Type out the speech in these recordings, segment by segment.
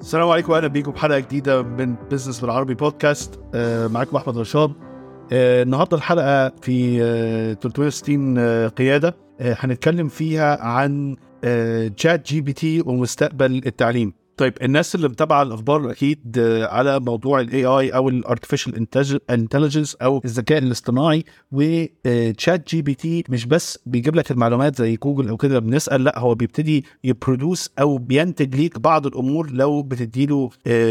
السلام عليكم واهلا بيكم بحلقه جديده من بزنس بالعربي بودكاست. معاكم احمد رشاد. النهارده الحلقه في 360 قياده. هنتكلم فيها عن شات جي بي تي ومستقبل التعليم. طيب الناس اللي متابعه الاخبار اكيد على موضوع الاي اي او الارتفيشال انتليجنس او الذكاء الاصطناعي. وشات جي بي تي مش بس بيجيب لك المعلومات زي جوجل او كده بنسال، لا هو بيبتدي يبرودوس او بينتج ليك بعض الامور لو بتديله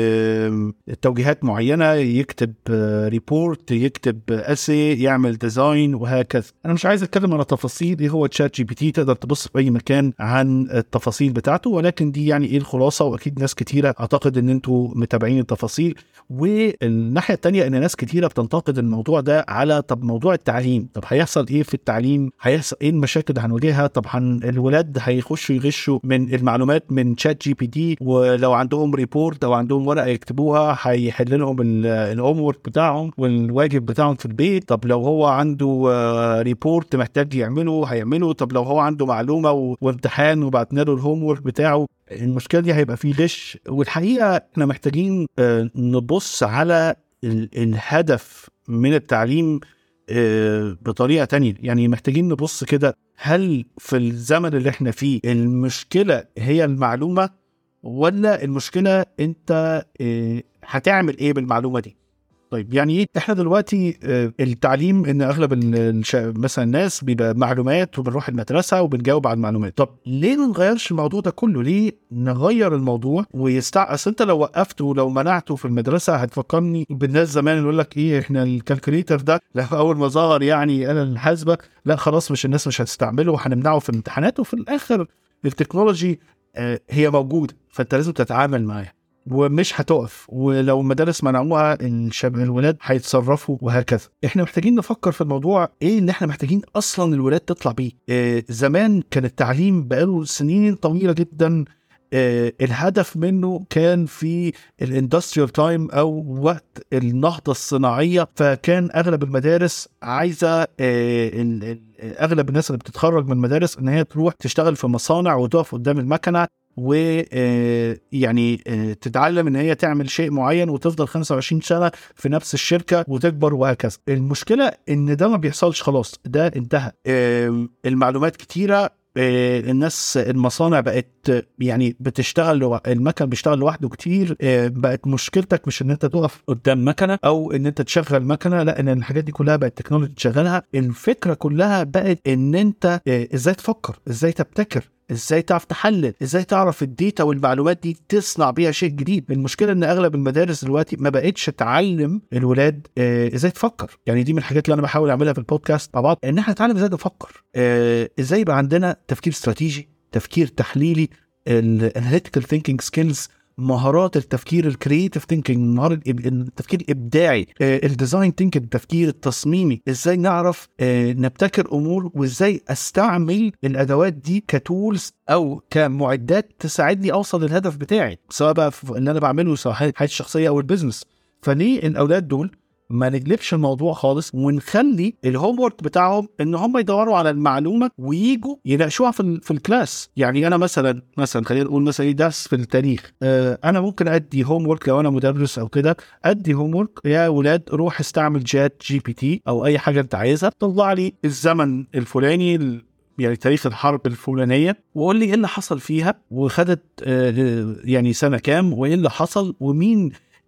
توجيهات معينه، يكتب ريبورت، يكتب اسي، يعمل ديزاين وهكذا. انا مش عايز اتكلم عن تفاصيل ايه هو شات جي بي تي، تقدر تبص في اي مكان عن التفاصيل بتاعته، ولكن دي يعني ايه الخلاصه. واكيد ناس كتيرة اعتقد ان انتوا متابعين التفاصيل. والناحية التانية ان ناس كتيرة بتنتقد الموضوع ده على طب موضوع التعليم، طب هيحصل ايه في التعليم، هيحصل ايه المشاكل اللي هنواجهها، طب الولاد هيخشوا يغشوا من المعلومات من شات جي بي تي، ولو عندهم ريبورت او عندهم ورقة يكتبوها هيحل لهم الهوم ورك بتاعهم والواجب بتاعهم في البيت. طب لو هو عنده ريبورت محتاج هيعمله. طب لو هو عنده معلومة وامتحان وبعتنا له الهوم ورك بتاعه، المشكلة دي هيبقى فيه دش. والحقيقة احنا محتاجين نبص على الهدف من التعليم بطريقة تانية. يعني محتاجين نبص كده، هل في الزمن اللي احنا فيه المشكلة هي المعلومة، ولا المشكلة انت هتعمل ايه بالمعلومة دي؟ طيب يعني ايه احنا دلوقتي التعليم ان اغلب مثلا الناس بيبقى معلومات وبنروح المدرسه وبنجاوب على المعلومات. طب ليه ما نغيرش الموضوع ده كله؟ ليه نغير الموضوع اصل انت لو وقفته ولو منعته في المدرسه هتفكرني بالناس زمان اللي يقول لك ايه، احنا الكالكوليتر ده لو اول ما ظهر يعني آلة الحاسبه، لا خلاص مش الناس مش هتستعمله وهنمنعه في الامتحانات. وفي الاخر التكنولوجي هي موجوده، فانت لازم تتعامل معاها ومش هتقف. ولو المدارس منعوها الولاد هيتصرفوا وهكذا. احنا محتاجين نفكر في الموضوع ايه اللي احنا محتاجين اصلا الولاد تطلع بيه. زمان كان التعليم بقاله سنين طويلة جدا الهدف منه كان في الاندستريال تايم او وقت النهضة الصناعية. فكان اغلب المدارس عايزة اغلب الناس اللي بتتخرج من المدارس ان هي تروح تشتغل في مصانع وتقف قدام المكنة ويعني تتعلم ان هي تعمل شيء معين وتفضل 25 سنة في نفس الشركة وتكبر وهكذا. المشكلة ان ده ما بيحصلش، خلاص ده انتهى. المعلومات كتيرة، الناس المصانع بقت يعني بتشتغل، المكن بيشتغل لوحده كتير. بقت مشكلتك مش ان انت تقف قدام مكنة او ان انت تشغل مكنة، لا ان الحاجات دي كلها بقت تكنولوجي تشغلها. الفكرة كلها بقت ان انت ازاي تفكر، ازاي تبتكر، ازاي تعرف تحلل، ازاي تعرف الديتا والمعلومات دي تصنع بيها شيء جديد. المشكلة ان اغلب المدارس دلوقتي ما بقتش تعلم الولاد ازاي تفكر. يعني دي من الحاجات اللي انا بحاول اعملها في البودكاست مع بعض، ان احنا نتعلم ازاي نفكر، ازاي يبقى عندنا تفكير استراتيجي، تفكير تحليلي، الاناليتيكال ثينكينج سكيلز، مهارات التفكير الكرييتيف ثينكينج، مهارة التفكير الإبداعي، الديزاين ثينكينج، التفكير التصميمي، ازاي نعرف نبتكر أمور، وازاي استعمل الأدوات دي كتولز أو كمعدات تساعدني أوصل للهدف بتاعي، سواء بقى في اللي أنا بعمله سواء حياتي الشخصية أو البيزنس. فليه الأولاد دول ما نجلبش الموضوع خالص ونخلي الهوم ورك بتاعهم ان هم يدوروا على المعلومه وييجوا يناقشوها في الكلاس؟ يعني انا مثلا خلينا نقول مثلا درس في التاريخ، انا ممكن ادي هوم ورك لو انا مدرس او كده، ادي هوم ورك يا ولاد روح استعمل شات جي بي تي او اي حاجه انت عايزها، طلع لي الزمن الفلاني يعني تاريخ الحرب الفلانية، وقول لي ايه اللي حصل فيها وخدت يعني سنة كام، وايه اللي حصل، ومين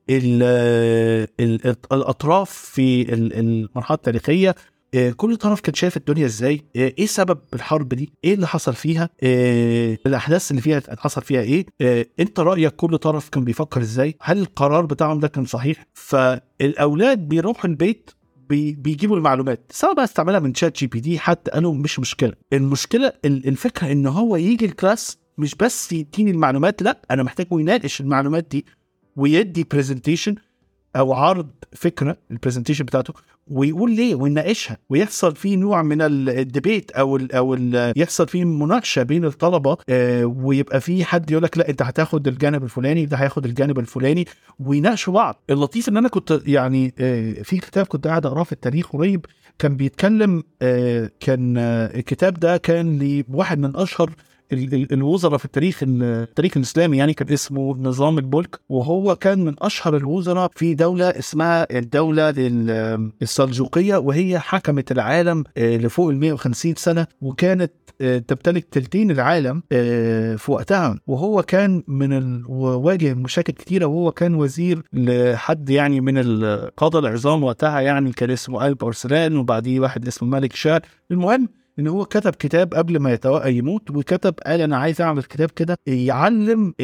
الأطراف في المرحلة التاريخية، كل طرف كان شايف الدنيا ازاي، ايه سبب الحرب دي، ايه اللي حصل فيها، الاحداث اللي فيها حصل فيها ايه، انت رأيك كل طرف كان بيفكر ازاي، هل القرار بتاعهم ده كان صحيح. فالاولاد بيروحوا البيت بيجيبوا المعلومات، سواء بقى استعملها من شات جي بي تي حتى، قالوا مش مشكلة. المشكلة الفكرة ان هو يجي الكلاس مش بس يديني المعلومات، لا انا محتاجه يناقش المعلومات دي ويدي بريزنتيشن او عرض فكره البرزنتيشن بتاعته ويقول ليه ويناقشها، ويحصل فيه نوع من الديبيت او يحصل فيه مناقشه بين الطلبه، ويبقى فيه حد يقول لك لا انت هتاخد الجانب الفلاني، ده هياخد الجانب الفلاني، ويناقشوا بعض. اللطيف ان انا كنت يعني في كتاب كنت قاعد اقراه في التاريخ قريب، كان بيتكلم كان الكتاب ده كان لواحد من اشهر الوزراء في التاريخ الإسلامي، يعني كان اسمه نظام الملك، وهو كان من أشهر الوزراء في دولة اسمها الدولة السلجوقية، وهي حكمت العالم لفوق 150 سنة، وكانت تمتلك تلتين العالم في وقتها. وهو كان واجه مشاكل كتيرة، وهو كان وزير لحد يعني من القادة العظام وقتها، يعني كان اسمه ألب أرسلان، وبعديه واحد اسمه مالك شار. المهم ان هو كتب كتاب قبل ما يموت، وكتب قال انا عايز اعمل كتاب كده يعلم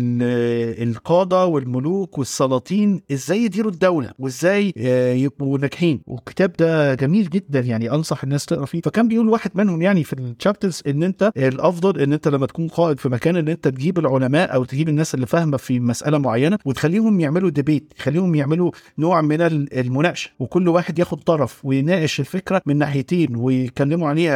القادة والملوك والسلاطين ازاي يديروا الدولة وازاي يبقوا ناجحين. والكتاب ده جميل جدا، يعني انصح الناس تقرا فيه. فكان بيقول واحد منهم يعني في الشابترز ان انت الافضل ان انت لما تكون قائد في مكان ان انت تجيب العلماء او تجيب الناس اللي فاهمة في مسألة معينة وتخليهم يعملوا ديبيت، تخليهم يعملوا نوع من المناقشة، وكل واحد ياخد طرف ويناقش الفكرة من ناحيتين ويتكلموا عليها،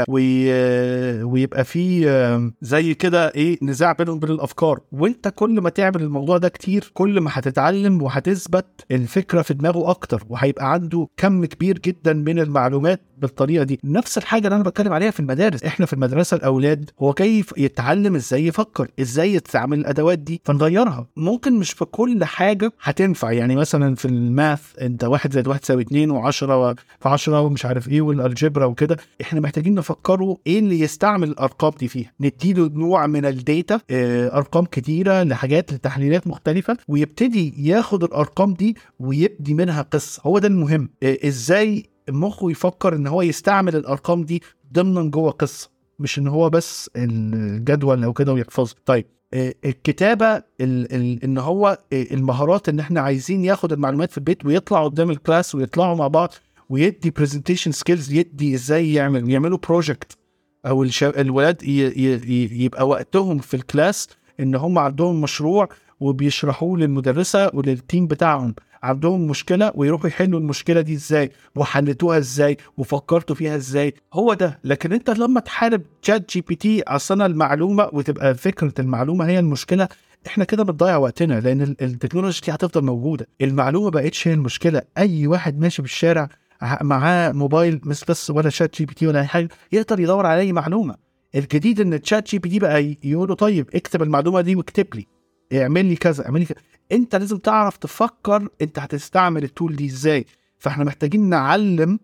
ويبقى فيه زي كده ايه نزاع بينهم بين الافكار. وانت كل ما تعمل الموضوع ده كتير كل ما هتتعلم وهتثبت الفكره في دماغه اكتر، وهيبقى عنده كم كبير جدا من المعلومات بالطريقه دي. نفس الحاجه اللي انا بتكلم عليها في المدارس. احنا في المدرسه الاولاد هو كيف يتعلم ازاي يفكر، ازاي يستعمل الادوات دي، فنغيرها. ممكن مش في كل حاجه هتنفع، يعني مثلا في الماث انت 1 زائد 1 يساوي 2 و10 في 10 ومش عارف ايه والالجبرا وكده، احنا محتاجين نفكروا ايه اللي يستعمل الارقام دي فيها، نديله نوع من الداتا، ارقام كتيره لحاجات لتحليلات مختلفه، ويبتدي ياخد الارقام دي ويبدي منها قصه. هو ده المهم، ازاي مخه يفكر ان هو يستعمل الارقام دي ضمنا جوه قصه، مش ان هو بس الجدول او كده ويحفظه. طيب الكتابه ان هو المهارات، ان احنا عايزين ياخد المعلومات في البيت ويطلع قدام الكلاس ويطلعوا مع بعض ويدي presentation skills، يدي ازاي يعملوا project، او الولاد يبقى وقتهم في الكلاس ان هم عندهم مشروع وبيشرحوه للمدرسة وللتيم بتاعهم، عندهم مشكلة ويروحوا يحلوا المشكلة دي ازاي وحلتوها ازاي وفكرتوا فيها ازاي. هو ده. لكن انت لما تحارب شات جي بي تي اصلا المعلومة وتبقى فكرة المعلومة هي المشكلة، احنا كده بنضيع وقتنا، لان التكنولوجيا دي هتفضل موجودة، المعلومة بقتش هي المشكلة. اي واحد ماشي في الشارع معاه موبايل مش بس ولا شات جي بي تي ولا اي حاجة يقدر يدور على اي معلومة. الجديد ان الشات جي بي تي بقى يقوله طيب اكتب المعلومة دي واكتب لي، اعمل لي كذا اعمل لي كذا. انت لازم تعرف تفكر انت هتستعمل التول دي ازاي. فاحنا محتاجين نعلم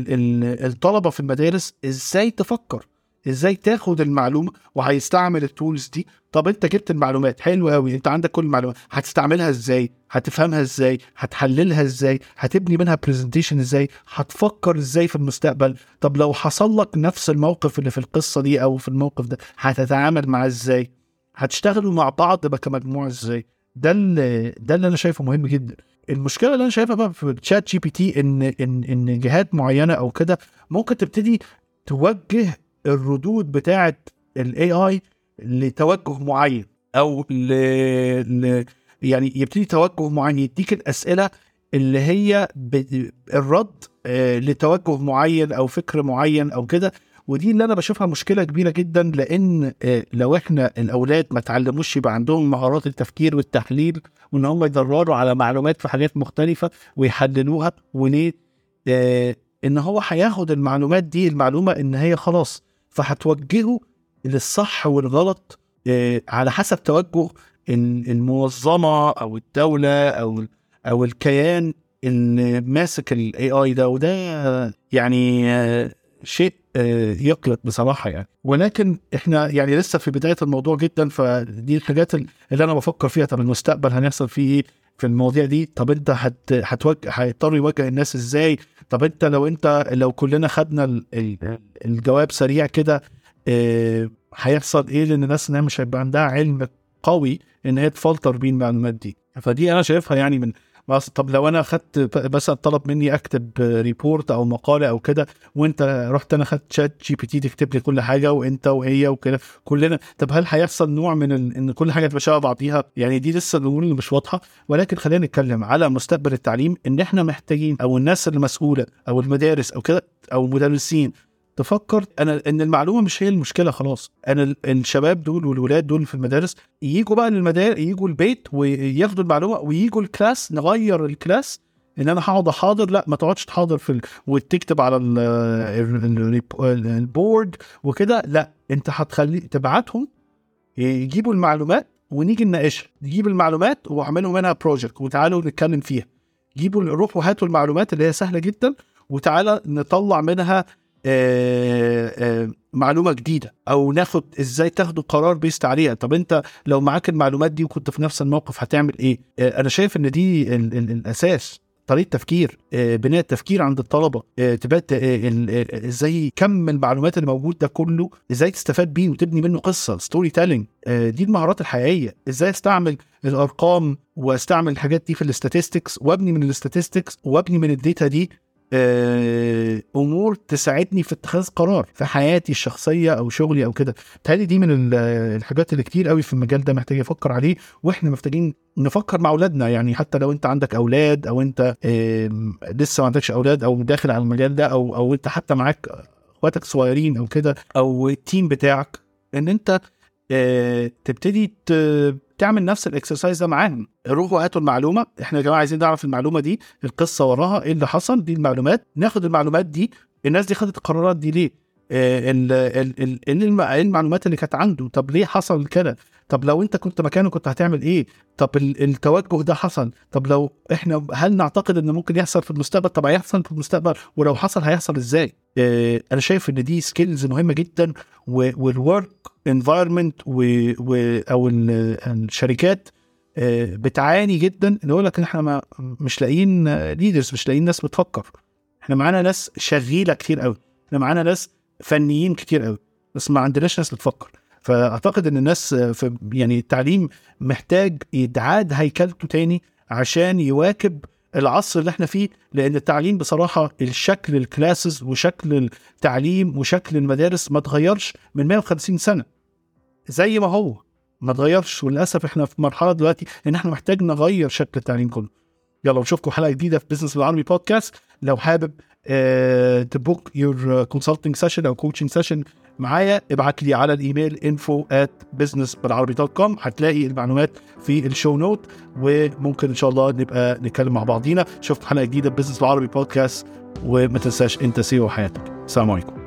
الطلبة في المدارس ازاي تفكر، ازاي تاخد المعلومة وهيستعمل التولز دي. طب انت جبت المعلومات حلو قوي، انت عندك كل المعلومات، هتستعملها ازاي، هتفهمها ازاي، هتحللها ازاي، هتبني منها برزنتيشن ازاي، هتفكر ازاي في المستقبل. طب لو حصل لك نفس الموقف اللي في القصة دي او في الموقف ده هتتعامل معاه ازاي، هتشتغلوا مع بعض بقى كمجموعة ازاي. ده اللي انا شايفه مهم جدا. المشكله اللي انا شايفها بقى في تشات جي بي تي ان جهات معينه او كده ممكن تبتدي توجه الردود بتاعه الاي اي لتوجه معين، او يعني يبتدي توجه معين، يديك الاسئله اللي هي الرد لتوجه معين او فكر معين او كده. ودي اللي انا بشوفها مشكله كبيره جدا، لان لو احنا الاولاد ما تعلموش يبقى عندهم مهارات التفكير والتحليل، وان هم يدوروا على معلومات في حاجات مختلفه ويحللوها، وليه ان هو هياخد المعلومات دي، المعلومه ان هي خلاص، فهتوجهه للصح والغلط على حسب توجه المنظمه او الدوله او الكيان اللي ماسك الاي اي ده. وده يعني شيء يقلق بصراحة يعني. ولكن احنا يعني لسه في بداية الموضوع جدا، فدي الحاجات اللي انا بفكر فيها. طب المستقبل هنحصل فيه ايه في المواضيع دي؟ طب انت هيضطر يواجه الناس ازاي؟ طب انت لو كلنا خدنا الجواب سريع كده هيحصل ايه؟ لان الناس مش هيبقى عندها علم قوي ان هي تفلتر بين المعلومات دي. فدي انا شايفها يعني من طب لو انا خدت بس طلب مني اكتب ريبورت او مقاله او كده، وانت رحت انا خدت شات جي بي تي تكتب لي كل حاجه، وانت وهي وكده كلنا، طب هل هيحصل نوع من ان كل حاجه تبقى شبه بعضيها؟ يعني دي لسه الامور اللي مش واضحه. ولكن خلينا نتكلم على مستقبل التعليم، ان احنا محتاجين او الناس اللي مسؤوله او المدارس او كده او مدرسين تفكر ان المعلومه مش هي المشكله خلاص. انا الشباب دول والولاد دول في المدارس ييجوا بقى للمدارس، ييجوا البيت وياخدوا المعلومه وييجوا الكلاس، نغير الكلاس ان انا هقعد احاضر، لا ما تقعدش تحاضر وتكتب على البورد وكده، لا انت هتخلي تبعتهم يجيبوا المعلومات ونيجي نناقشها، نجيب المعلومات واعملوا منها بروجكت وتعالوا نتكلم فيها. جيبوا روحوا هاتوا المعلومات اللي هي سهله جدا وتعالى نطلع منها معلومه جديده، او ناخد ازاي تاخدوا قرار بيست عليها. طب انت لو معاك المعلومات دي وكنت في نفس الموقف هتعمل ايه؟ انا شايف ان دي الاساس، طريقه تفكير، بناء التفكير عند الطلبه، تبقى ازاي كم المعلومات اللي موجود ده كله ازاي تستفاد بيه وتبني منه قصه، ستوري تيلينج. دي المهارات الحقيقيه، ازاي استعمل الارقام واستعمل الحاجات دي في الاستاتستكس، وابني من الاستاتستكس وابني من الداتا دي امور تساعدني في اتخاذ قرار في حياتي الشخصيه او شغلي او كده. بالتالي دي من الحاجات اللي كتير قوي في المجال ده محتاج افكر عليه، واحنا محتاجين نفكر مع اولادنا. يعني حتى لو انت عندك اولاد او انت لسه ما عندكش اولاد او داخل على المجال ده، او انت حتى معاك اخواتك صغيرين او كده، او التيم بتاعك، ان انت تبتدي تعمل نفس الاكسرسايز ده معاهم. روحوا هاتوا المعلومه، احنا يا جماعه عايزين نعرف المعلومه دي، القصه وراها ايه اللي حصل، دي المعلومات، ناخد المعلومات دي، الناس دي خدت القرارات دي ليه، المعلومات اللي كانت عنده، طب ليه حصل كده، طب لو انت كنت مكانه كنت هتعمل ايه، طب التوجه ده حصل، طب لو احنا هل نعتقد ان ممكن يحصل في المستقبل، طب هيحصل في المستقبل، ولو حصل هيحصل ازاي. انا شايف ان دي سكيلز مهمه جدا، والورك انفايرمنت او الشركات بتعاني جدا، ان يقول لك احنا مش لاقيين ليدرز، مش لاقيين ناس بتفكر. احنا معانا ناس شغيله كتير قوي، احنا معانا ناس فنيين كتير قوي، بس ما عندناش ناس بتفكر. فاعتقد ان الناس في يعني التعليم محتاج يتعاد هيكلته تاني عشان يواكب العصر اللي احنا فيه، لان التعليم بصراحه الشكل الكلاسز وشكل التعليم وشكل المدارس ما تغيرش من 150 سنه، زي ما هو ما تغيرش. وللاسف احنا في مرحله دلوقتي ان احنا محتاج نغير شكل التعليم كله. يلا نشوفكم حلقه جديده في بزنس بالعربي بودكاست. لو حابب تبوك يور كونسلتنج سيشن او كوتشنج سيشن معايا، ابعت لي على الايميل info@businessbilarabi.com، هتلاقي المعلومات في الشو نوت، وممكن ان شاء الله نبقى نتكلم مع بعضينا. شوفكم حلقه جديده في بزنس بالعربي بودكاست، وما تنساش انت سيو حياتك. السلام عليكم.